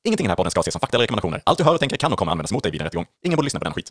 Ingenting i den här podden ska ses som fakta eller rekommendationer. Allt du hör och tänker kan och kommer användas mot dig vid en rättegång. Ingen borde lyssna på den skit.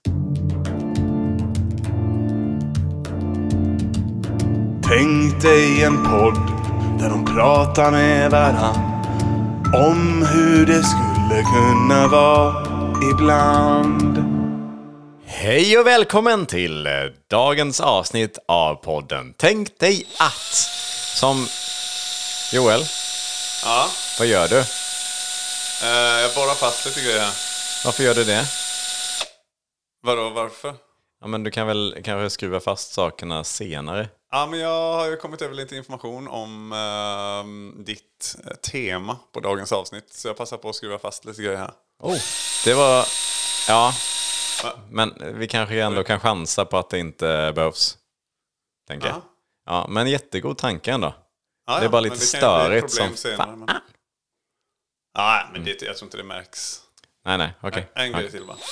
Tänk dig en podd där de pratar med varann om hur det skulle kunna vara ibland. Hej och välkommen till dagens avsnitt av podden Tänk dig att. Som Joel, Ja, vad gör du? jag borrar fast lite grejer. Varför gör du det? Vadå, varför? Ja, men du kan väl kanske skruva fast sakerna senare. Ja, men jag har ju kommit över lite information om ditt tema på dagens avsnitt. Så jag passar på att skruva fast lite grejer här. Det var... Ja, men vi kanske ändå kan chansa på att det inte behövs. Tänker jag. Ja. Ja, men jättegod tanke ändå. Ja, Det är bara lite men det kan ju bli störigt problem som senare, fan. men... Nej, men det, jag tror inte det märks. Nej, okej. En grej till bara.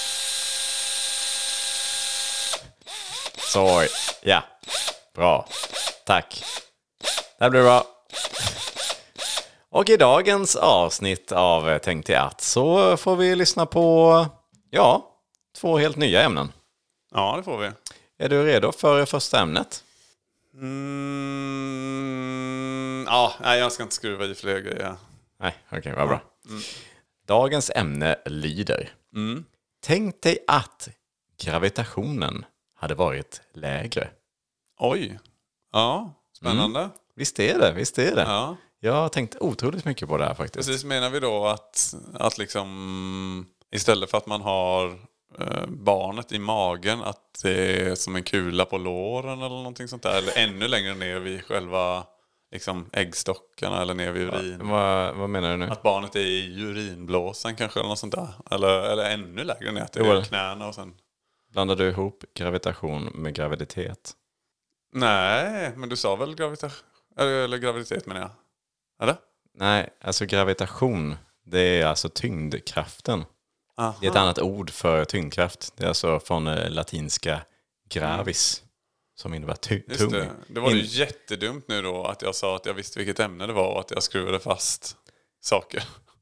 Så, ja. Bra. Tack. Det här blir bra. Och i dagens avsnitt av Tänk dig att så får vi lyssna på, ja, 2 helt nya ämnen. Ja, det får vi. Är du redo för första ämnet? Ja, nej, jag ska inte skruva i fler grejer. Nej, okej, vad bra. Dagens ämne lyder. Tänk dig att gravitationen hade varit lägre. Oj. Ja, spännande. Visst är det. Ja. Jag har tänkt otroligt mycket på det här faktiskt. Precis, menar vi då att liksom istället för att man har barnet i magen, att det är som en kula på låren eller någonting sånt där, eller ännu längre ner vid själva liksom äggstockarna eller ner vid urin. Vad menar du nu? Att barnet är i urinblåsan kanske eller något sånt där. Eller ännu lägre ner, att det är knäna och sen... Blandar du ihop gravitation med graviditet? Nej, men du sa väl eller graviditet menar jag. Eller? Nej, alltså gravitation, det är alltså tyngdkraften. Aha. Det är ett annat ord för tyngdkraft. Det är alltså från latinska gravis, som innebär tung. Just det. Det var ju jättedumt nu då att jag sa att jag visste vilket ämne det var och att jag skruvade fast saker.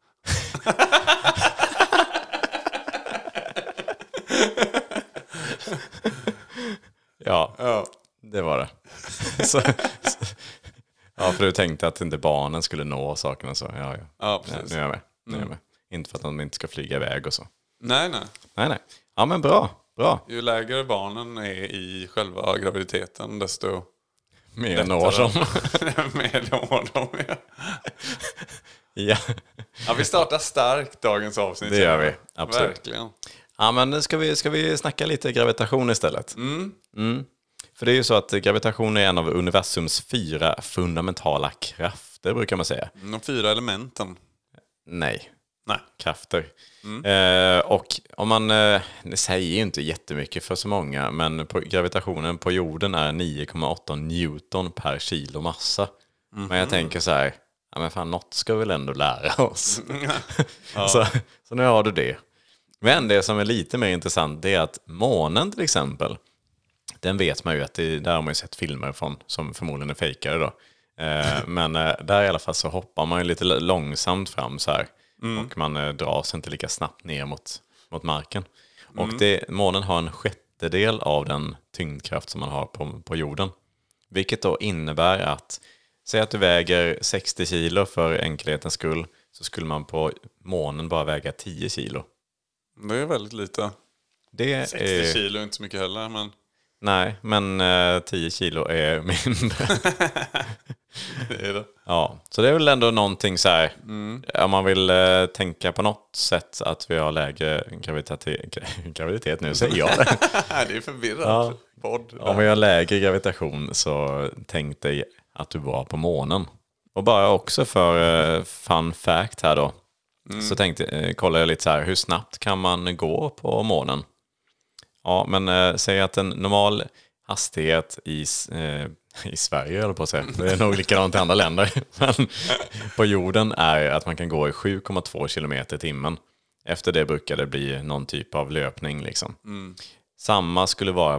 Ja, det var det. Ja, för du tänkte att inte barnen skulle nå sakerna så. Ja, precis. Nu är jag med. Inte för att de inte ska flyga iväg och så. Nej. Ja, men bra. Ju lägre barnen är i själva graviditeten, desto Mer når som. mer når de. Ja. Ja, vi startar starkt dagens avsnitt. Det gör vi, absolut. Verkligen. Ja, men nu ska vi snacka lite gravitation istället. För det är ju så att gravitation är en av universums 4 fundamentala krafter, brukar man säga. De 4 elementen. Nej. Krafter. Och om man, det säger ju inte jättemycket för så många, men gravitationen på jorden är 9,8 Newton per kilo massa. Men jag tänker så här, ja men fan, något ska vi väl ändå lära oss. Så nu har du det. Men det som är lite mer intressant, det är att månen till exempel, den vet man ju att där har man ju sett filmer från som förmodligen är fejkare då. Men där i alla fall så hoppar man ju lite långsamt fram så här. Och man drar sig inte lika snabbt ner mot marken. Och månen har en sjättedel av den tyngdkraft som man har på jorden. Vilket då innebär att, säg att du väger 60 kilo för enkelhetens skull, så skulle man på månen bara väga 10 kilo. Det är väldigt lite. 60 kilo är inte så mycket heller, men... Nej, men 10 kilo är mindre. Det är det. Ja, så det är väl ändå någonting så här, om man vill tänka på något sätt att vi har lägre graviditet nu, säger jag det. Det är förvirrat. Om vi har lägre gravitation, så tänk dig att du var på månen. Och bara också för fun fact här då, så kollar jag lite så här, hur snabbt kan man gå på månen? Ja, men säg att en normal hastighet i Sverige, eller på att säga. Det är nog likadant i andra länder. Men på jorden är att man kan gå i 7,2 kilometer i timmen. Efter det brukar det bli någon typ av löpning liksom. Samma skulle vara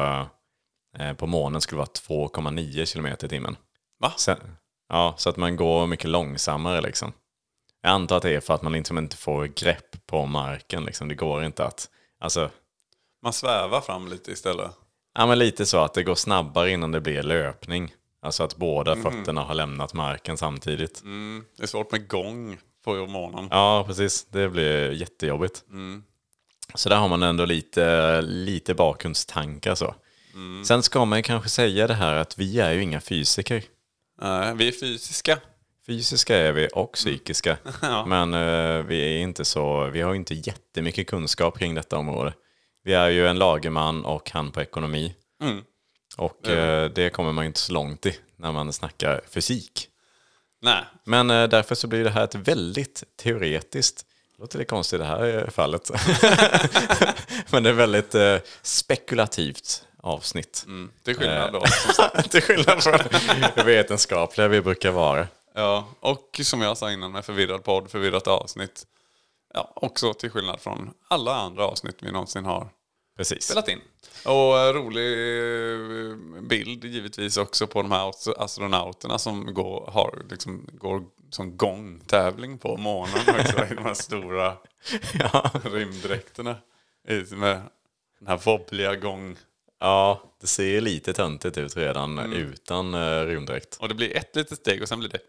på månen, skulle vara 2,9 kilometer i timmen. Va? Så att man går mycket långsammare liksom. Jag antar att det är för att man liksom inte får grepp på marken. Liksom. Det går inte att... Alltså, Man svävar fram lite istället. ja, men lite så att det går snabbare innan det blir löpning. Alltså att båda fötterna har lämnat marken samtidigt. Det är svårt med gång på morgonen. Ja, precis. Det blir jättejobbigt. Så där har man ändå lite bakgrundstankar så. Sen ska man kanske säga det här att vi är ju inga fysiker. Nej, vi är fysiska. Fysiska är vi och psykiska. Ja. Men vi är inte så... Vi har inte jättemycket kunskap kring detta område. Vi är ju en lagerman och han på ekonomi. Och det kommer man inte så långt i när man snackar fysik. Nej. Men därför så blir det här ett väldigt teoretiskt... Låter det konstigt i det här fallet. Men det är väldigt spekulativt avsnitt. Det är skillnad då. Till skillnad från det vetenskapliga vi brukar vara. Ja, och som jag sa innan med förvirrad podd, förvirrat avsnitt. Ja, också till skillnad från alla andra avsnitt vi någonsin har Precis. spelat in. Och rolig bild givetvis också på de här astronauterna som går som gångtävling på månen också, i de här stora rymddräkterna med den här wobbliga gång. Ja, det ser lite töntigt ut redan utan rymddräkt. Och det blir ett litet steg och sen blir det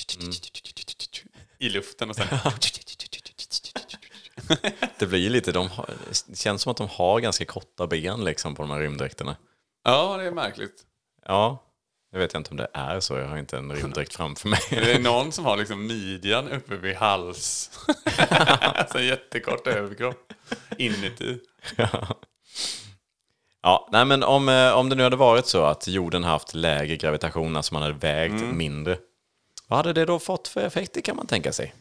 i luften och sen Det blir lite, det känns som att de har ganska korta ben liksom på de här rymddräkterna. Ja, det är märkligt. Ja, jag vet inte om det är så. Jag har inte en rymddräkt framför mig. Det är någon som har liksom midjan uppe vid hals. Alltså en jättekort överkropp inuti. Ja, nej men om det nu hade varit så att jorden haft lägre gravitation, alltså man hade vägt mindre. Vad hade det då fått för effekter kan man tänka sig?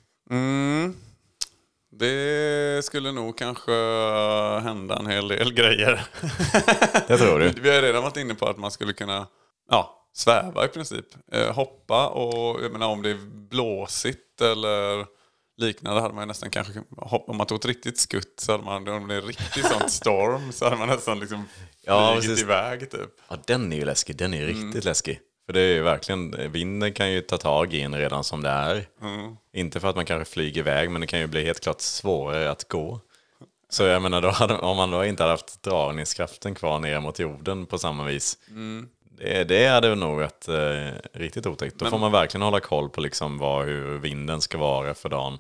Det skulle nog kanske hända en hel del grejer. Det tror du? Vi har redan varit inne på att man skulle kunna sväva i princip. Hoppa och jag menar, om det är blåsigt eller liknande hade man nästan kanske om man tog ett riktigt skutt så hade man, om det är riktigt sånt storm så hade man nästan liksom flugit iväg typ. Ja, den är ju läskig. Den är riktigt läskig. För det är ju verkligen, vinden kan ju ta tag i en redan som det är. Inte för att man kanske flyger iväg, men det kan ju bli helt klart svårare att gå. Så jag menar, om man då inte hade haft dragningskraften kvar ner mot jorden på samma vis. Det hade nog varit riktigt otäckt. Då får man verkligen hålla koll på liksom hur vinden ska vara för dagen.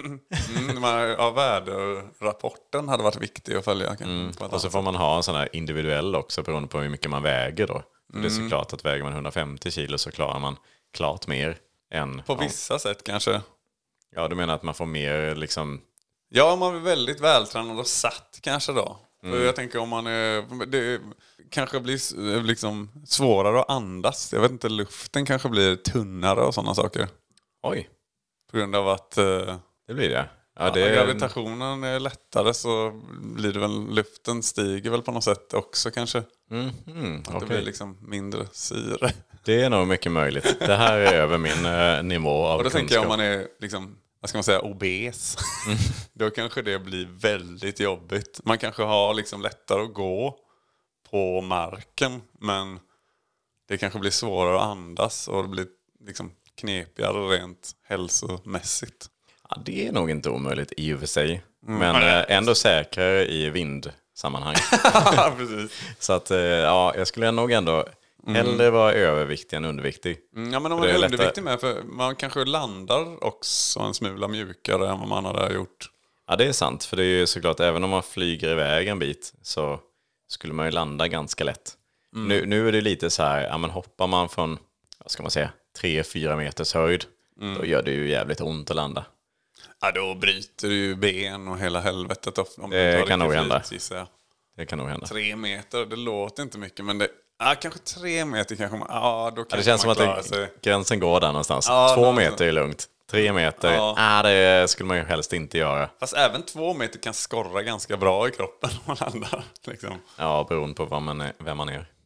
Väderrapporten hade varit viktig att följa. Och så får man ha en sån här individuell också beroende på hur mycket man väger då. Det är såklart att väger man 150 kilo så klarar man klart mer än... På vissa sätt kanske. Ja, du menar att man får mer liksom... Ja, om man är väldigt vältränad och satt kanske då. För jag tänker om man är... Det kanske blir liksom svårare att andas. Jag vet inte, luften kanske blir tunnare och sådana saker. Oj. På grund av att... Det blir det. Ja, gravitationen är lättare så blir det väl... Luften stiger väl på något sätt också kanske. Att det blir liksom mindre syre. Det är nog mycket möjligt. Det här är över min nivå av och då kunskap. tänker jag om man är liksom, vad ska man säga, obes. Då kanske det blir väldigt jobbigt. Man kanske har liksom lättare att gå på marken. Men det kanske blir svårare att andas. Och det blir liksom knepigare rent hälsomässigt. Ja, det är nog inte omöjligt i och för sig. Men ändå säkrare i vindsammanhang. Precis. Så att jag skulle nog ändå hellre vara överviktig än underviktig. Ja, men om man är underviktig med, för man kanske landar också en smula mjukare än vad man hade gjort. Ja, det är sant. För det är ju såklart, även om man flyger iväg en bit så skulle man ju landa ganska lätt. Nu är det lite så här, men hoppar man från, vad ska man säga, 3-4 meters höjd, då gör det ju jävligt ont att landa. Ja, då bryter du ju ben och hela helvetet. Om det kan nog hända. Det kan nog hända. 3 meter, det låter inte mycket, men det... kanske 3 meter kanske man... då kan det känns som att gränsen går där någonstans. 2 meter är lugnt. 3 meter, det skulle man ju helst inte göra. Fast även 2 meter kan skorra ganska bra i kroppen om man landar. Liksom. Ja, beroende på vem man är.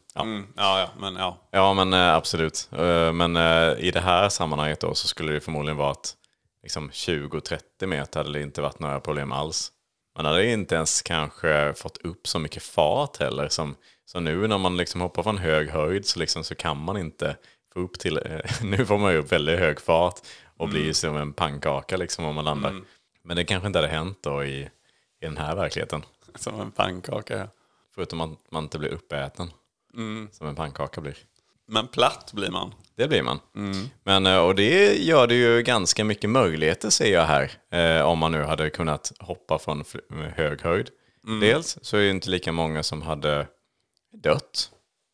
Ja, men absolut. Men i det här sammanhanget då så skulle det förmodligen vara att liksom 20-30 meter hade det inte varit några problem alls. Man hade inte ens kanske fått upp så mycket fart heller. Så nu när man liksom hoppar från hög höjd så kan man inte få upp till... nu får man ju upp väldigt hög fart och blir som en pannkaka liksom om man landar. Men det kanske inte hade hänt då i den här verkligheten. Som en pannkaka, ja. Förutom att man inte blir uppäten. Som en pannkaka blir. Men platt blir man. Det blir man. Men, och det gör det ju ganska mycket möjligheter, ser jag här. Om man nu hade kunnat hoppa från hög höjd. Dels så är det inte lika många som hade dött.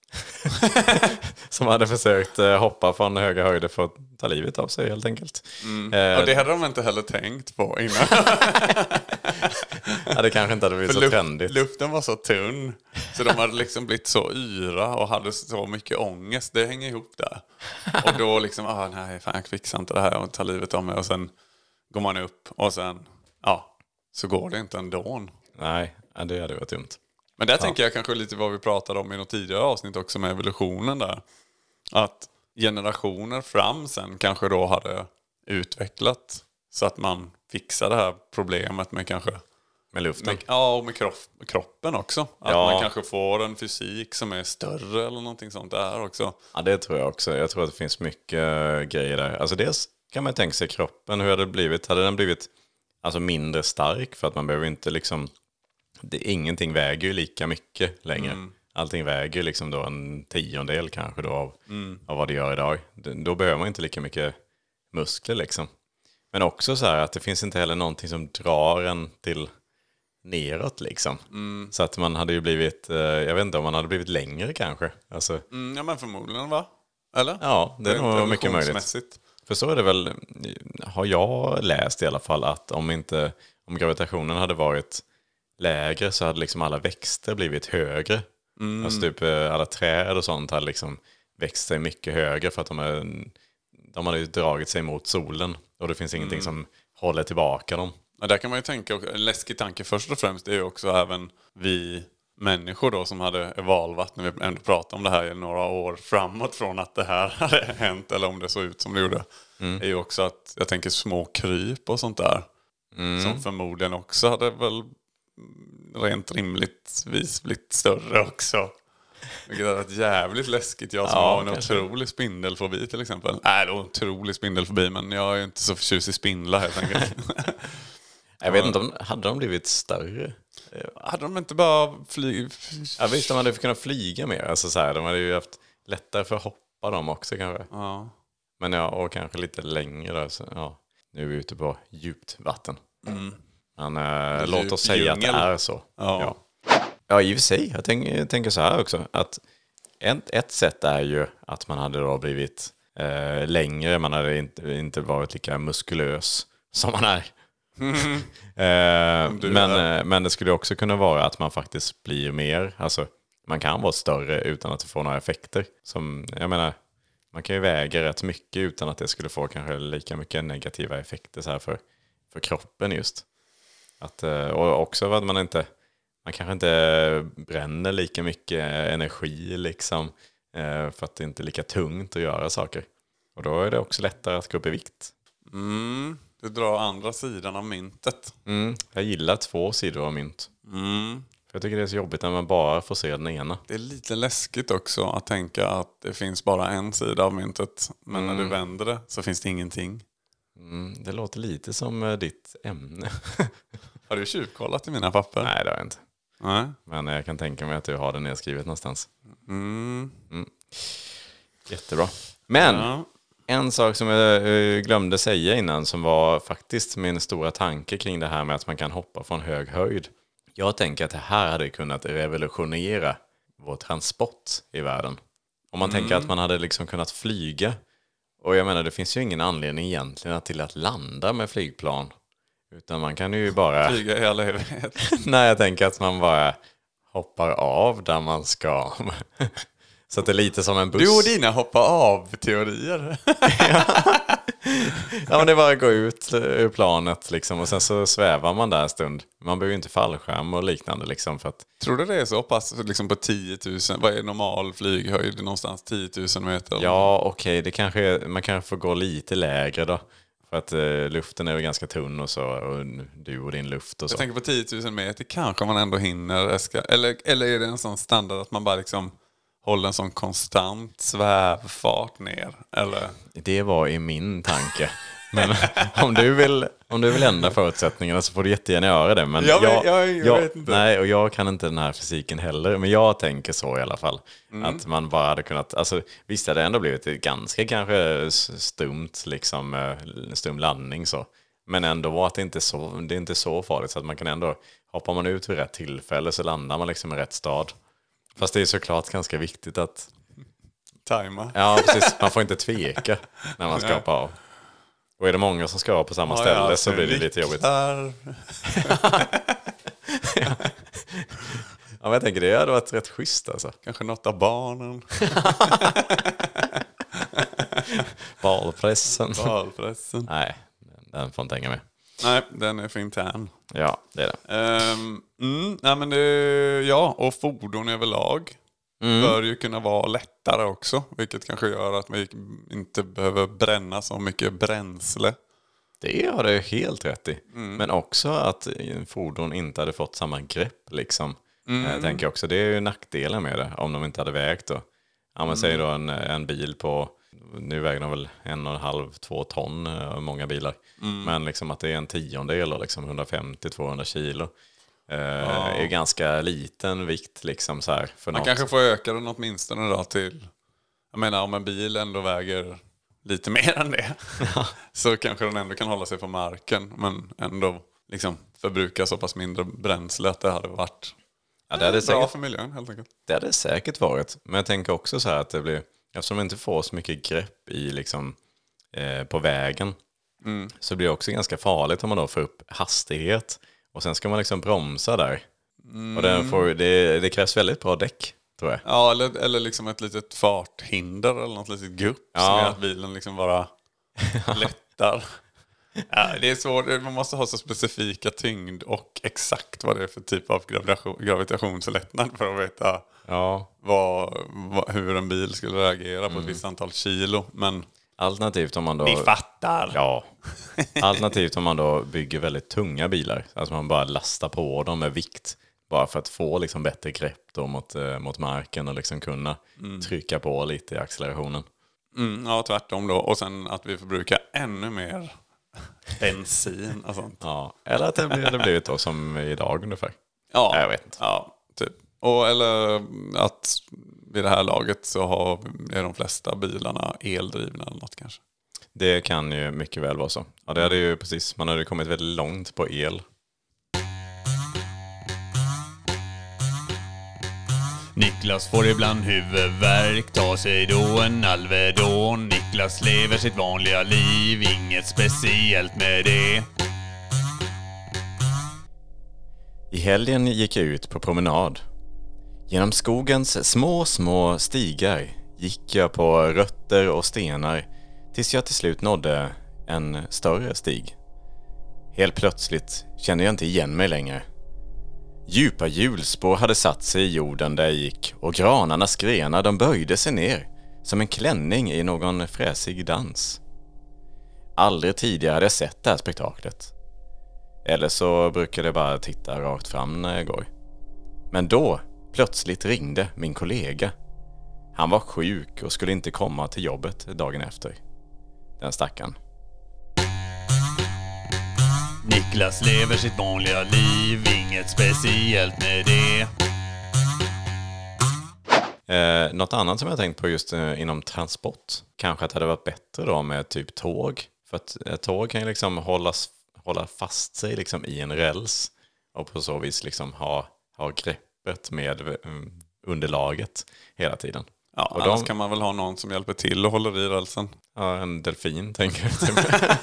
Som hade försökt hoppa från höga höjder för att ta livet av sig helt enkelt. Och det hade de inte heller tänkt på innan. Ja, det kanske inte hade blivit så trendigt. Luften var så tunn. Så de hade liksom blivit så yra och hade så mycket ångest. Det hänger ihop där. Och då liksom, nej fan jag fixar inte det här och tar livet av mig. Och sen går man upp och sen, så går det inte ändå. Nej, det hade varit dumt. Men där tänker jag kanske lite vad vi pratade om i något tidigare avsnitt också med evolutionen där. Att generationer fram sen kanske då hade utvecklat så att man fixar det här problemet med kanske... Med luften? Och med kroppen också. Att man kanske får en fysik som är större eller någonting sånt där också. Ja, det tror jag också. Jag tror att det finns mycket grejer där. Alltså dels kan man tänka sig kroppen. Hur hade det blivit? Hade den blivit alltså mindre stark? För att man behöver inte liksom... Ingenting väger ju lika mycket längre. Allting väger liksom då en 10-del kanske då av vad det gör idag. Då behöver man inte lika mycket muskler liksom. Men också så här att det finns inte heller någonting som drar en till neråt liksom. Så att man hade ju blivit, jag vet inte om man hade blivit längre kanske. Alltså, ja men förmodligen va? Eller? Ja, det är nog mycket möjligt. För så är det väl, har jag läst i alla fall, att om gravitationen hade varit lägre så hade liksom alla växter blivit högre. Alltså typ alla träd och sånt hade liksom växt sig mycket högre för att de hade ju dragit sig mot solen. Och det finns ingenting som håller tillbaka dem. Ja, där kan man ju tänka, en läskig tanke först och främst är ju också även vi människor då som hade evolvat när vi ändå pratade om det här i några år framåt från att det här hade hänt eller om det såg ut som det gjorde. Är ju också att jag tänker små kryp och sånt där. Som förmodligen också hade väl rent rimligtvis blivit större också. Vilket hade varit jävligt läskigt. Jag som har en otrolig spindelfobi till exempel. Nej, det är en otrolig spindelfobi, men jag är inte så förtjust i spindlar helt enkelt. Jag vet inte, hade de blivit större? Hade de inte bara Ja, visst, de hade kunnat flyga mer. Alltså, så här, de hade ju haft lättare för att hoppa dem också kanske. Ja. Men och kanske lite längre. Så, nu är vi ute på djupt vatten. Men låt oss säga att det är så. Ja, i och för sig. Jag tänker så här också. Att ett sätt är ju att man hade då blivit längre. Man hade inte varit lika muskulös som man är. Men det skulle också kunna vara att man faktiskt blir mer. Alltså, man kan vara större utan att det får några effekter. Som, jag menar, man kan ju väga rätt mycket utan att det skulle få kanske lika mycket negativa effekter så här för kroppen just. Och också att man kanske inte bränner lika mycket energi liksom, för att det inte är lika tungt att göra saker. Och då är det också lättare att gå upp i vikt. Du drar andra sidan av myntet. Jag gillar 2 sidor av mynt. För jag tycker det är så jobbigt när man bara får se den ena. Det är lite läskigt också att tänka att det finns bara en sida av myntet. Men när du vänder det så finns det ingenting. Det låter lite som ditt ämne. Har du tjuvkollat i mina papper? Nej, det har jag inte. Nej. Men jag kan tänka mig att du har det nedskrivet någonstans. Jättebra. Men en sak som jag glömde säga innan, som var faktiskt min stora tanke kring det här med att man kan hoppa från hög höjd. Jag tänker att det här hade kunnat revolutionera vår transport i världen. Om man tänker att man hade liksom kunnat flyga. Och jag menar, det finns ju ingen anledning egentligen till att landa med flygplan. Utan man kan ju bara... Flyga i alla evighet. Nej, jag tänker att man bara hoppar av där man ska. Så att det är lite som en buss. Du och dina hoppa av-teorier. Ja, men det är bara att gå ut ur planet liksom, och sen så svävar man där en stund. Man behöver ju inte fallskärm och liknande liksom, för att... Tror du det är så pass liksom på 10 000? Vad är normal flyghöjd? Någonstans 10 000 meter? Ja, okej. Det kanske är, man kanske får gå lite lägre då. För att luften är ju ganska tunn och så. Och du och din luft och så. Jag tänker på 10 000 meter kanske man ändå hinner. Eller är det en sån standard att man bara liksom håller en sån konstant svävfart ner? Eller? Det var i min tanke. Men om du vill ändra förutsättningarna så får du jättegärna göra det. Men jag vet inte. Nej, och jag kan inte den här fysiken heller. Men jag tänker så i alla fall. Att man bara hade kunnat... Alltså, visst hade det ändå blivit ett ganska kanske stumt, liksom, stum landning så. Men ändå att det är inte så farligt. Så att man kan ändå... Hoppar man ut vid rätt tillfälle så landar man liksom i rätt stad. Fast det är såklart ganska viktigt att... Tajma. Ja, precis. Man får inte tveka när man ska hoppa av. Och är det många som ska på samma ställe så blir det lite jobbigt. Ja, men jag tänker det hade varit rätt schysst alltså. Kanske något av barnen. Valpressen. Valpressen. Nej, den får inte hänga med. Nej, den är för intern. Ja, det är det. Nej, men det, och fordon överlag bör ju kunna vara lättare också. Vilket kanske gör att vi inte behöver bränna så mycket bränsle. Det har du helt rätt i. Men också att en fordon inte hade fått samma grepp liksom. Jag tänker också, det är ju nackdelen med det. Om de inte hade vägt då. Ja, men säg då en bil på... Nu väger de väl 1,5-2 ton, många bilar. Men liksom att det är en tiondel och liksom 150-200 kilo. Är ganska liten vikt liksom så här för man något. kanske får öka den åtminstone då till... Jag menar om en bil ändå väger lite mer än det. Så kanske den ändå kan hålla sig på marken. Men ändå liksom förbruka så pass mindre bränsle att det hade varit det hade bra för miljön helt enkelt. Det hade säkert varit. Men jag tänker också så här att det blir... Eftersom man inte får så mycket grepp i liksom, på vägen så blir det också ganska farligt om man då får upp hastighet. Och sen ska man liksom bromsa där. Och det krävs väldigt bra däck, tror jag. Ja, eller liksom ett litet farthinder eller något litet gupp som gör att bilen liksom bara lättar. Ja, det är svårt. Man måste ha så specifika tyngd och exakt vad det är för typ av gravitationslättnad för att veta hur en bil skulle reagera på ett visst antal kilo. Men alternativt om man då... Vi fattar! Ja. Alternativt om man då bygger väldigt tunga bilar. Alltså man bara lastar på dem med vikt. Bara för att få liksom bättre grepp då mot marken och liksom kunna trycka på lite i accelerationen. Ja, tvärtom då. Och sen att vi förbrukar ännu mer bensin och sånt. Ja, eller att det hade blivit då som idag ungefär. Ja, jag vet inte. Ja, typ. Eller att vid det här laget så är de flesta bilarna eldrivna eller något kanske. Det kan ju mycket väl vara så. Ja, det hade ju precis, man hade kommit väldigt långt på el. Niklas får ibland huvudvärk, tar sig då en Alvedon. Niklas lever sitt vanliga liv, inget speciellt med det. I helgen gick jag ut på promenad. Genom skogens små stigar gick jag på rötter och stenar tills jag till slut nådde en större stig. Helt plötsligt kände jag inte igen mig längre. Djupa hjulspår hade satt sig i jorden där jag gick och granarnas grenar de böjde sig ner som en klänning i någon fräsig dans. Aldrig tidigare hade jag sett det här spektaklet. Eller så brukade jag bara titta rakt fram när jag går. Men då plötsligt ringde min kollega. Han var sjuk och skulle inte komma till jobbet dagen efter. Den stackaren. Niklas lever sitt vanliga liv, inget speciellt med det. Något annat som jag tänkt på just inom transport. Kanske att det hade varit bättre då med typ tåg. För att ett tåg kan ju liksom hålla fast sig liksom i en räls. Och på så vis liksom ha greppet med underlaget hela tiden. Ja, och annars kan man väl ha någon som hjälper till och håller i rälsen. Ja, en delfin tänker jag.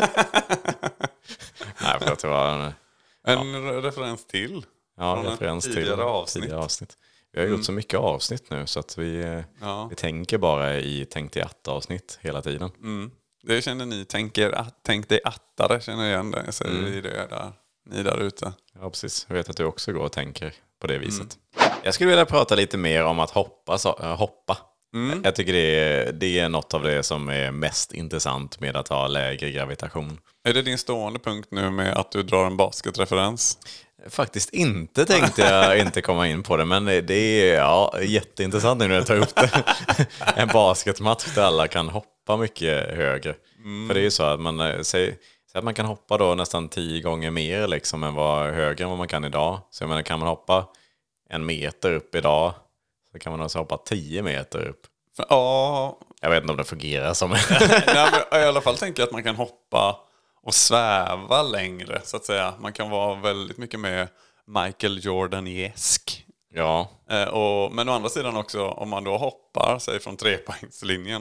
Nej, för att det var en referens till. Ja, referens till tidigare avsnitt. Vi har gjort så mycket avsnitt nu så att vi tänker bara i Tänk dig att-avsnitt hela tiden. Det känner ni, tänk dig attare, känner jag igen det. Jag säger det där, ni där ute. Ja, precis. Jag vet att du också går och tänker på det viset. Jag skulle vilja prata lite mer om att hoppa. Jag tycker det är något av det som är mest intressant med att ha lägre gravitation. Är det din stående punkt nu med att du drar en basketreferens? Faktiskt inte, tänkte jag inte komma in på det, men det är jätteintressant nu när jag tar upp det. En basketmatch där alla kan hoppa mycket högre. För det är ju så att man säger att man kan hoppa då nästan 10 gånger mer liksom än vad högre än vad man kan idag. Så jag menar, kan man hoppa 1 meter upp idag så kan man alltså hoppa 10 meter upp. Ja. Jag vet inte om det fungerar som... Nej, men i alla fall tänker jag att man kan hoppa och sväva längre, så att säga. Man kan vara väldigt mycket mer Michael Jordan-esk. Ja. Men å andra sidan också, om man då hoppar, säg från 3-poängslinjen,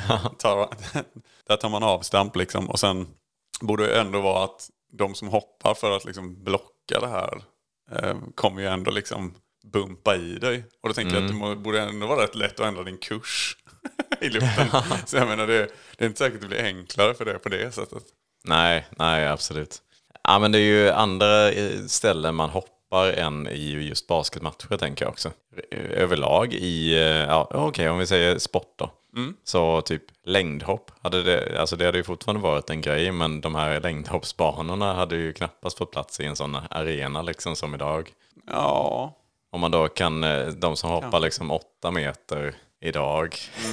där tar man avstamp liksom, och sen borde det ändå vara att de som hoppar för att liksom blocka det här kommer ju ändå liksom bumpa i dig. Och då tänker jag att det borde ändå vara rätt lätt att ändra din kurs i luften. Så jag menar, det är inte säkert att det blir enklare för det på det sättet. Nej, absolut. Ja, men det är ju andra ställen man hoppar än i just basketmatcher, tänker jag också. Överlag i, okej, om vi säger sport då. Så typ längdhopp, det hade ju fortfarande varit en grej, men de här längdhoppsbanorna hade ju knappast fått plats i en sån arena liksom som idag. Ja. Om man då kan, de som hoppar liksom 8 meter idag.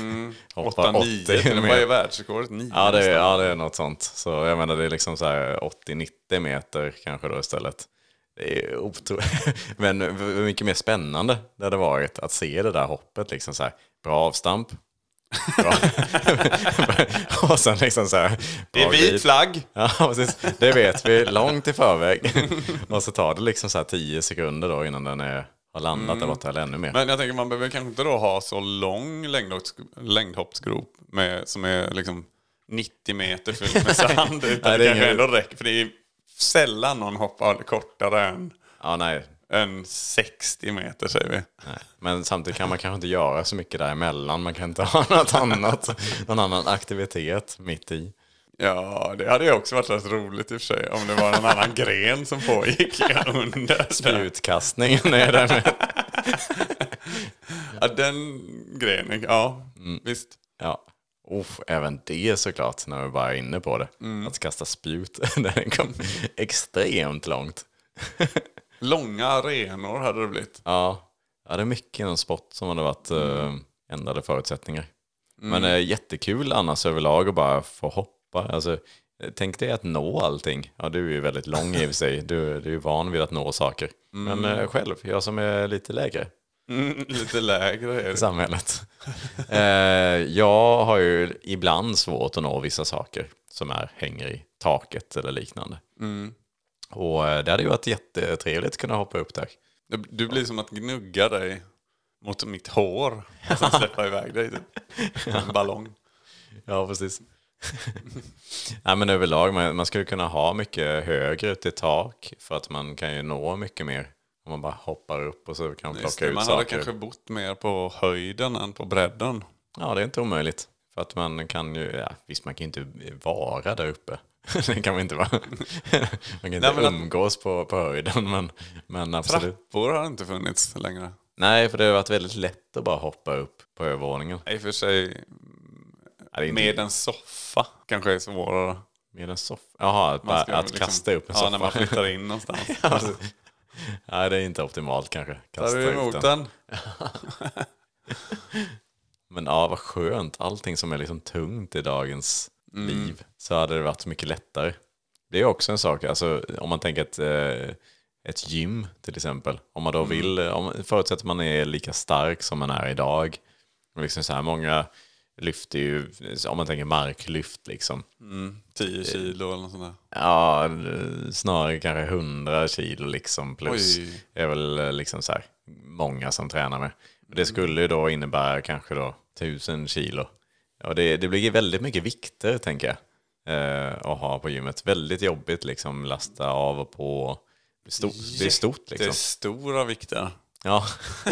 8-9, vad är världsrekordet? 9? Ja, det är något sånt. Så jag menar, det är liksom så här 80-90 meter kanske då istället. Det är otroligt. Men mycket mer spännande det hade varit att se det där hoppet liksom så här. Bra avstamp. Bra. Och sen liksom så här. Det är vit flagg. Ja, precis. Det vet vi långt i förväg. Och så tar det liksom så här 10 sekunder då innan den har landat eller ännu mer. Men jag tänker, man behöver kanske inte då ha så lång längdhoppsgrop som är liksom 90 meter fylld med sand. Utan det kanske ändå räcker, för det är sällan någon hoppar kortare än 60 meter, säger vi. Nej. Men samtidigt kan man kanske inte göra så mycket däremellan. Man kan inte ha någon annan aktivitet mitt i. Ja, det hade ju också varit rätt roligt i och för sig, om det var en annan gren som pågick under. Spjutkastningen är där med. Ja, den grenen, visst. Ja, även det såklart, när vi bara är inne på det. Att kasta spjut, den kom extremt långt. Långa arenor hade det blivit. Ja, det är mycket inom sport som hade varit ändrade förutsättningar. Men jättekul annars överlag att bara få hoppa. Alltså, tänk dig att nå allting. Ja, du är ju väldigt lång i och för sig. Du är ju van vid att nå saker. Men själv, jag som är lite lägre. Lite lägre är det. I samhället. Jag har ju ibland svårt att nå vissa saker som hänger i taket eller liknande. Och det hade ju varit jättetrevligt att kunna hoppa upp där. Du blir som att gnugga dig mot mitt hår och sen släppa iväg dig typ. En ballong. Ja, precis. Nej, men överlag, man skulle kunna ha mycket högre ut i tak, för att man kan ju nå mycket mer om man bara hoppar upp och så kan man plocka ut man saker. Man hade kanske bott mer på höjden än på bredden. Ja, det är inte omöjligt. För att man kan ju, visst, man kan inte vara där uppe. Det kan man inte vara. Man kan inte umgås på höjden, men absolut. Trappor har inte funnits längre. Nej, för det har varit väldigt lätt att bara hoppa upp på övervåningen. I och för sig, med en soffa kanske är svårare. Med en soffa? Jaha, att kasta upp en soffa. Ja, när man flyttar in någonstans. Nej, det är inte optimalt kanske. Tar du emot den? Men ja, vad skönt. Allting som är liksom tungt i dagens liv, så hade det varit så mycket lättare. Det är också en sak, alltså, om man tänker ett gym till exempel. Om man då vill, förutsätter man är lika stark som man är idag. Och liksom så här, många lyfter ju, om man tänker marklyft liksom. 10 kilo eller något sånt där. Ja, snarare kanske 100 kilo liksom, plus. Det är väl liksom så här många som tränar med. Det skulle ju då innebära kanske då 1000 kilo. Och det blir väldigt mycket vikter, tänker jag, att ha på gymmet. Väldigt jobbigt liksom, lasta av och på. Det är stort liksom. Det är stora vikter. Ja.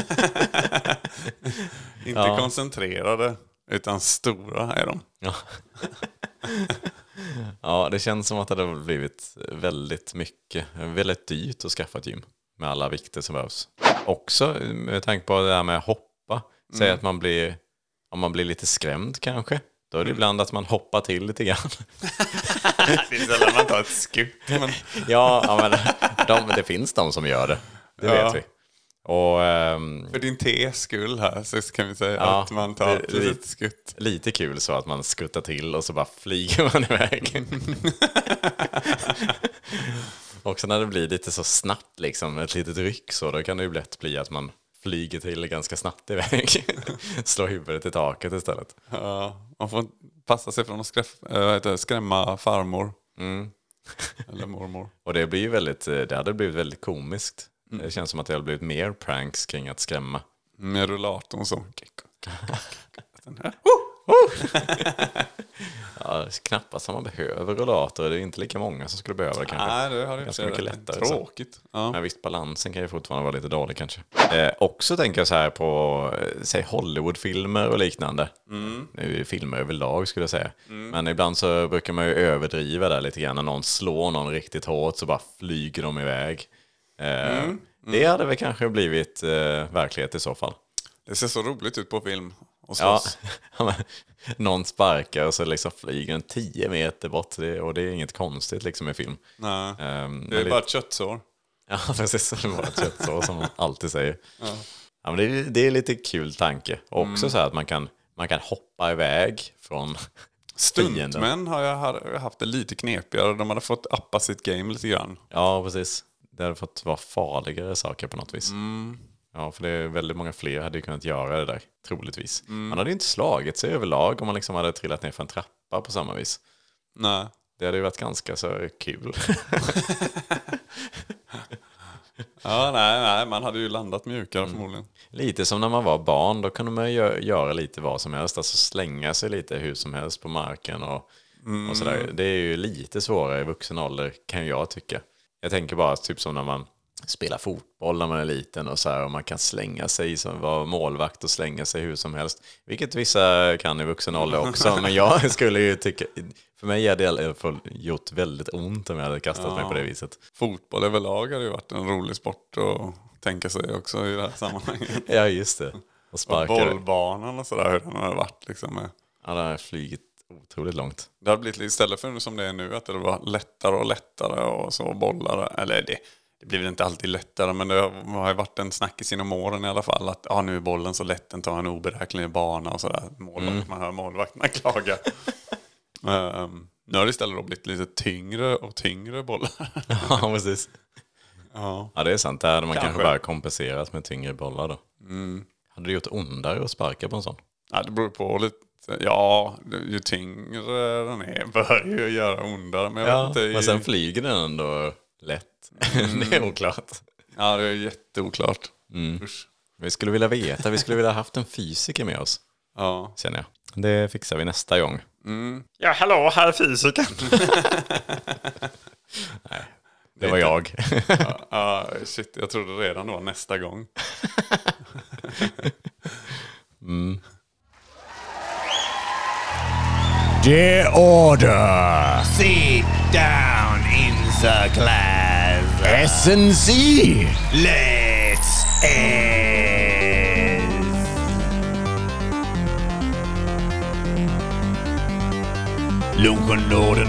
Inte koncentrerade, utan stora är de. Ja. Ja, det känns som att det har blivit väldigt dyrt att skaffa ett gym med alla vikter som behövs. Också med tanke på det här med att hoppa. Säg att om man blir lite skrämd kanske. Då är det ibland att man hoppar till lite grann. Det är sällan man tar ett skutt. Men... Ja, men det finns de som gör det. Det vet vi. Och, för din tes skull här så kan vi säga ja, att man tar ett litet skutt. Lite kul så att man skuttar till och så bara flyger man iväg. Också när det blir lite så snabbt, liksom, ett litet ryck, så då kan det ju lätt bli att man flyger till ganska snabbt iväg. Slår huvudet i taket istället. Ja, man får passa sig från att skrämma farmor. Eller mormor. Och det blir ju det hade blivit väldigt komiskt. Det känns som att det hade blivit mer pranks kring att skrämma. Med rullatorn så. Ja, knappast som man behöver rullator. Det är inte lika många som skulle behöva det kanske. Nej, det har det ganska mycket lättare. Tråkigt. Ja. Men visst, balansen kan ju fortfarande vara lite dålig kanske. Också tänker jag så här på säg Hollywoodfilmer och liknande. Nu är filmer överlag skulle jag säga. Men ibland så brukar man ju överdriva där lite grann. När någon slår någon riktigt hårt så bara flyger de iväg. Det hade väl kanske blivit verklighet i så fall. Det ser så roligt ut på film. Och slåss. Ja, någon sparkar och så liksom flyger en 10 meter bort. Och det är inget konstigt liksom i film. Nej, det är bara ett köttsår. Ja, precis. Det är bara ett köttsår som man alltid säger. Ja, men det är lite kul tanke. Och också så här att man kan hoppa iväg från Stuntmän har jag haft det lite knepigare. De hade fått appa sitt game lite grann. Ja, precis. Det hade fått vara farligare saker på något vis. Ja, för det är väldigt många fler hade ju kunnat göra det där, troligtvis. Man hade ju inte slagit sig överlag om man liksom hade trillat ner för en trappa på samma vis. Nej. Det hade ju varit ganska så kul. Ja, nej, man hade ju landat mjukare förmodligen. Lite som när man var barn, då kunde man göra lite vad som helst. Alltså slänga sig lite hur som helst på marken och sådär. Det är ju lite svårare i vuxen ålder, kan jag tycka. Jag tänker bara typ som när man spelar fotboll när man är liten och så här, och man kan slänga sig som vara målvakt och slänga sig hur som helst. Vilket vissa kan i vuxen ålder också, men jag skulle ju tycka, för mig hade det i alla fall gjort väldigt ont om jag hade kastat mig på det viset. Fotboll överlag hade ju varit en rolig sport att tänka sig också i det här sammanhanget. Ja, just det. Och sparka. Och bollbanan och sådär, hur den har varit liksom med. Ja, det har flugit otroligt långt. Det har blivit lite istället för som det är nu, att det var lättare och lättare och så bollar, eller det blir väl inte alltid lättare, men det har ju varit en snackis inom åren i alla fall, att nu är bollen så lätt, den tar en oberäknelig bana och sådär. Man hör målvakterna klaga. Nu har det istället då blivit lite tyngre och tyngre bollar. Ja, precis. Ja, det är sant. Där hade man kanske bara kompenserat med tyngre bollar då. Hade det gjort ondare att sparka på en sån? Ja, det beror på lite. Ja, ju tyngre den är bör ju göra ondare. Men, jag vet inte, men sen flyger den ändå lätt. Det är oklart. Ja, det är jätteoklart. Vi skulle vilja haft en fysiker med oss. Ja. Känner jag. Det fixar vi nästa gång. Ja, hallå, här är fysikern. Nej, det var jag. Shit, jag trodde redan det var nästa gång. The order. Sit down in the class. S&C. Let's S. Lungenlåden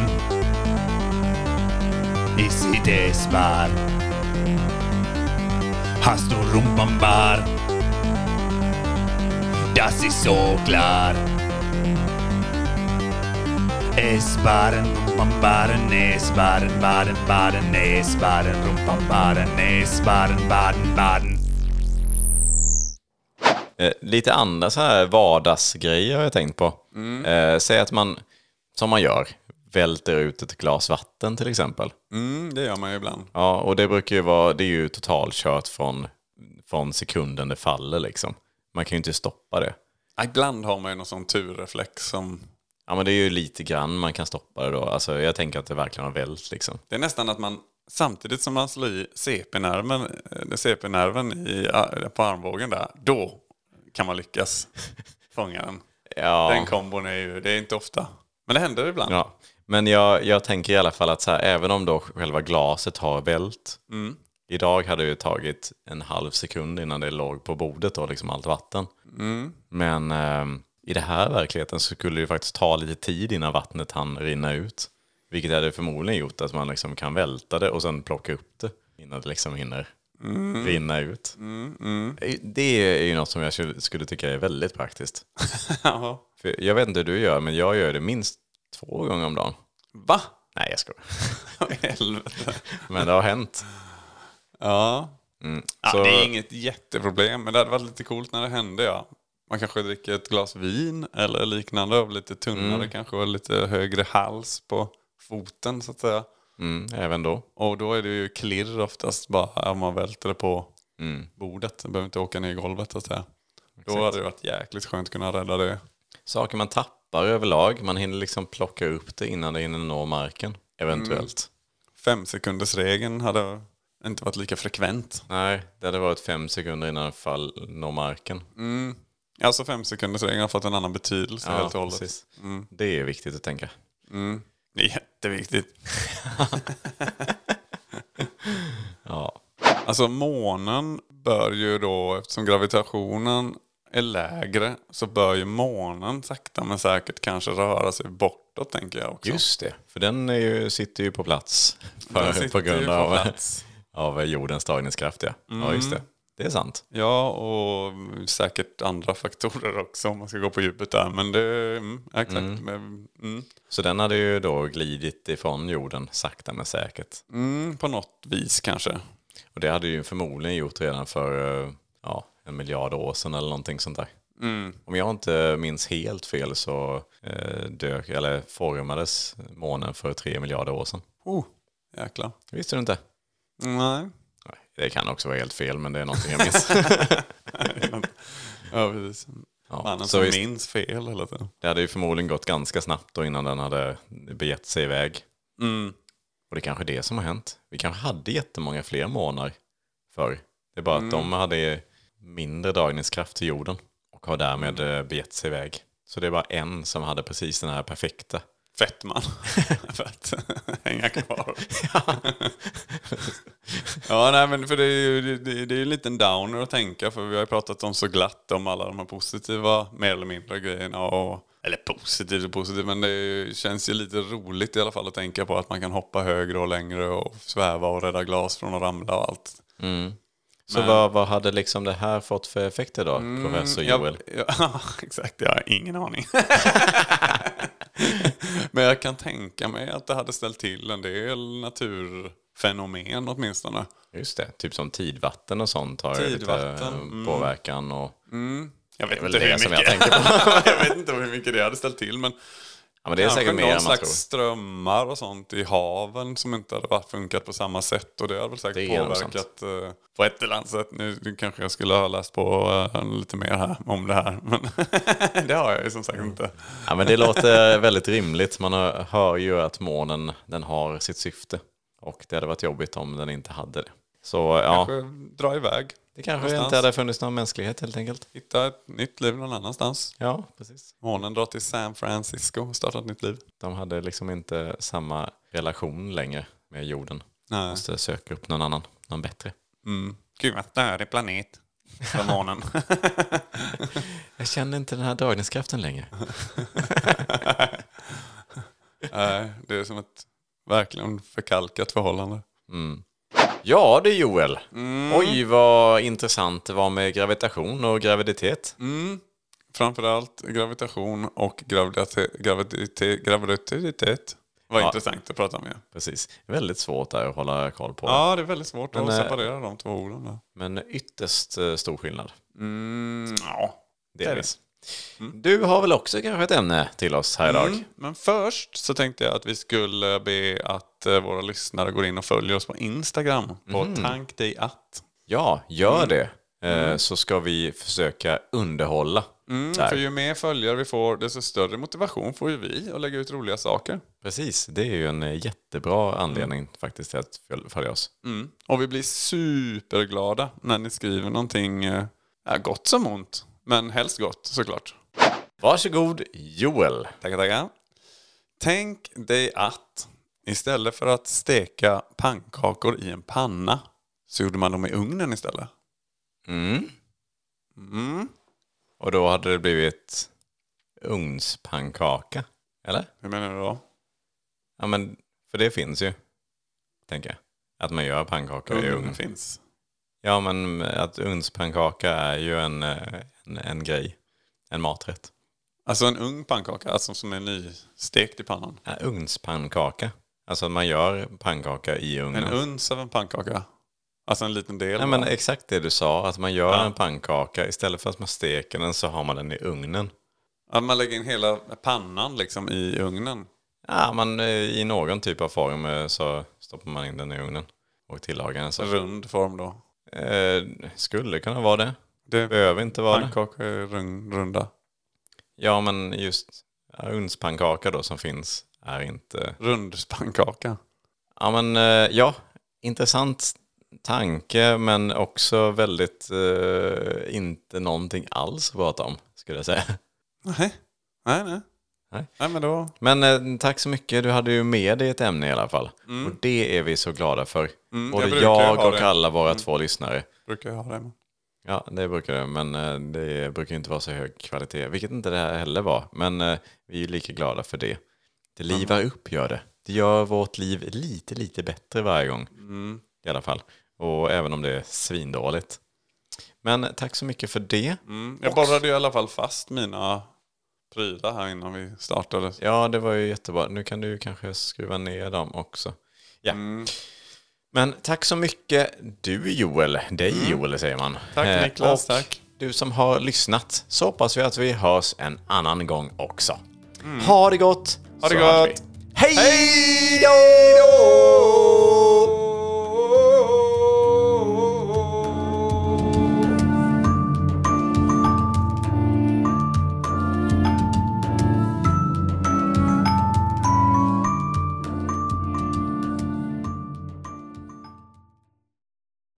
i sitt S-bar. Hast du rumpan bar. Das ist so klar. S-baren, rumpan-baren, S-baren, baden-baden, S-baren, rumpan-baren, S-baren, baden-baden. Lite andra så här vardagsgrejer har jag tänkt på. Säg att man, som man gör, välter ut ett glas vatten till exempel. Det gör man ju ibland. Ja, och det brukar ju vara, det är ju totalkört från sekunden det faller liksom. Man kan ju inte stoppa det. Ibland har man ju någon sån turreflex som... Ja, men det är ju lite grann man kan stoppa det då. Alltså, jag tänker att det verkligen har vält liksom. Det är nästan att man, samtidigt som man slår i CP-nerven på armbågen där, då kan man lyckas fånga den. Ja. Den kombon det är inte ofta. Men det händer ibland. Ja. Men jag tänker i alla fall att så här, även om då själva glaset har vält. Idag hade det ju tagit en halv sekund innan det låg på bordet då, liksom allt vatten. Men I det här verkligheten så skulle det faktiskt ta lite tid innan vattnet hann rinna ut. Vilket hade förmodligen gjort att man liksom kan välta det och sen plocka upp det innan det liksom hinner rinna ut. Det är ju något som jag skulle tycka är väldigt praktiskt. För jag vet inte hur du gör, men jag gör det minst 2 gånger om dagen. Va? Nej, jag skojar. Helvete. Men det har hänt. Ja. Så... Det är inget jätteproblem, men det hade varit lite coolt när det hände, ja. Man kanske dricker ett glas vin eller liknande av lite tunnare kanske och lite högre hals på foten så att säga. Även då. Och då är det ju klirr oftast bara om man välter det på bordet. Man behöver inte åka ner i golvet så att säga. Då hade det varit jäkligt skönt att kunna rädda det. Saker man tappar överlag. Man hinner liksom plocka upp det innan det hinner nå marken. Eventuellt. 5-sekundersregeln hade inte varit lika frekvent. Nej, det hade varit 5 sekunder innan fall når marken. Alltså 5-sekundersregeln har fått en annan betydelse helt och hållet. Precis. Det är viktigt att tänka. Det är jätteviktigt. Ja. Alltså månen bör ju då, eftersom gravitationen är lägre, så bör ju månen sakta men säkert kanske röra sig bortåt, tänker jag också. Just det, för den sitter ju på plats på grund av jordens dragningskraft. Ja, just det. Det är sant. Ja, och säkert andra faktorer också om man ska gå på djupet där. Men det exakt. Så den hade ju då glidit ifrån jorden sakta men säkert. På något vis kanske. Och det hade ju förmodligen gjort redan för 1 miljard år sedan eller någonting sånt där. Om jag inte minns helt fel så formades månen för 3 miljarder år sedan. Jäklar. Visste du inte? Nej. Det kan också vara helt fel, men det är någonting jag minns. Ja, precis. Mannen som minns fel hela tiden. Det hade ju förmodligen gått ganska snabbt då innan den hade begett sig iväg. Och det är kanske det som har hänt. Vi kanske hade jättemånga fler månar förr. Det är bara att de hade mindre dragningskraft till jorden och har därmed begett sig iväg. Så det är bara en som hade precis den här perfekta fettman för att hänga kvar. Ja, nej, men för det är ju en liten downer att tänka, för vi har ju pratat om så glatt om alla de här positiva mer eller mindre grejerna eller positivt, men det känns ju lite roligt i alla fall att tänka på att man kan hoppa högre och längre och sväva och rädda glas från att ramla och allt. Så vad hade liksom det här fått för effekter då, professor Joel? Ja, exakt, jag har ingen aning. Men jag kan tänka mig att det hade ställt till en del naturfenomen åtminstone. Just det, typ som tidvatten och sånt har lite påverkan. Och jag vet inte hur mycket. Jag tänker på. Jag vet inte hur mycket det hade ställt till, men men det är säkert mer än man tror. Någon slags strömmar och sånt i haven som inte hade funkat på samma sätt. Och det hade väl säkert påverkat på ett eller annat sätt. Nu kanske jag skulle ha läst på lite mer här om det här. Men det har jag ju som sagt inte. Ja, men det låter väldigt rimligt. Man hör ju att månen, den har sitt syfte. Och det hade varit jobbigt om den inte hade det. Så kanske dra iväg. Det kanske inte hade funnits någon mänsklighet helt enkelt. Hitta ett nytt liv någon annanstans. Ja, precis. Månen drar till San Francisco och startar ett nytt liv. De hade liksom inte samma relation längre med jorden. Nej. Måste söka upp någon bättre. Gud vad störig planet för månen. Jag känner inte den här dragningskraften längre. Nej, det är som ett verkligen förkalkat förhållande. Ja, det är Joel. Oj, vad intressant det var med gravitation och graviditet. Framförallt gravitation och graviditet. Vad intressant att prata med. Precis. Väldigt svårt där att hålla koll på. Ja, det är väldigt svårt att separera de två orden där. Men ytterst stor skillnad. Ja, det är det. Du har väl också kanske ett ämne till oss här idag? Men först så tänkte jag att vi skulle be att våra lyssnare går in och följer oss på Instagram. På tankdigatt. Ja, gör det. Så ska vi försöka underhålla. För ju mer följare vi får, desto större motivation får ju vi att lägga ut roliga saker. Precis, det är ju en jättebra anledning faktiskt till att följa oss. Och vi blir superglada när ni skriver någonting gott som ont. Men helst gott, såklart. Varsågod, Joel. Tackar. Tänk dig att istället för att steka pannkakor i en panna så gjorde man dem i ugnen istället. Och då hade det blivit ugnspannkaka. Eller? Hur menar du då? Ja, men för det finns ju, tänker jag. Att man gör pannkakor i ugn. Finns. Ja, men att ugnspannkaka är ju en grej. En maträtt. Alltså en ugn pannkaka, alltså som är nystekt i pannan. Ja, ugnspannkaka. Alltså man gör pannkaka i ugnen. En uns av en pannkaka. Alltså en liten del. Nej, men exakt det du sa. Att man gör en pannkaka. Istället för att man steker den så har man den i ugnen. Att man lägger in hela pannan liksom i ugnen. Ja, man i någon typ av form så stoppar man in den i ugnen. Och tillagar den så. Rund form då. Skulle kunna vara det. Det behöver inte vara pannkaka är runda. Ja, men just ugnspannkaka då som finns är inte... Rundspannkaka. Ja, men ja. Intressant tanke, men också väldigt inte någonting alls att prata om, skulle jag säga. Nej, men då... Men tack så mycket. Du hade ju med dig ett ämne i alla fall. Och det är vi så glada för. Både jag och alla våra 2 lyssnare. Brukar jag ha det. Ja, det brukar det. Men det brukar inte vara så hög kvalitet. Vilket inte det här heller var. Men vi är lika glada för det. Det livar upp, gör det. Det gör vårt liv lite bättre varje gång. I alla fall. Och även om det är svindåligt. Men tack så mycket för det. Jag borrade i alla fall fast mina prylar här innan vi startade. Ja, det var ju jättebra. Nu kan du kanske skruva ner dem också. Ja. Men tack så mycket du Joel. Dig Joel säger man. Tack Niklas, tack. Du som har lyssnat. Så hoppas vi att vi hörs en annan gång också. Ha det gott. Ha det gott. Hej då!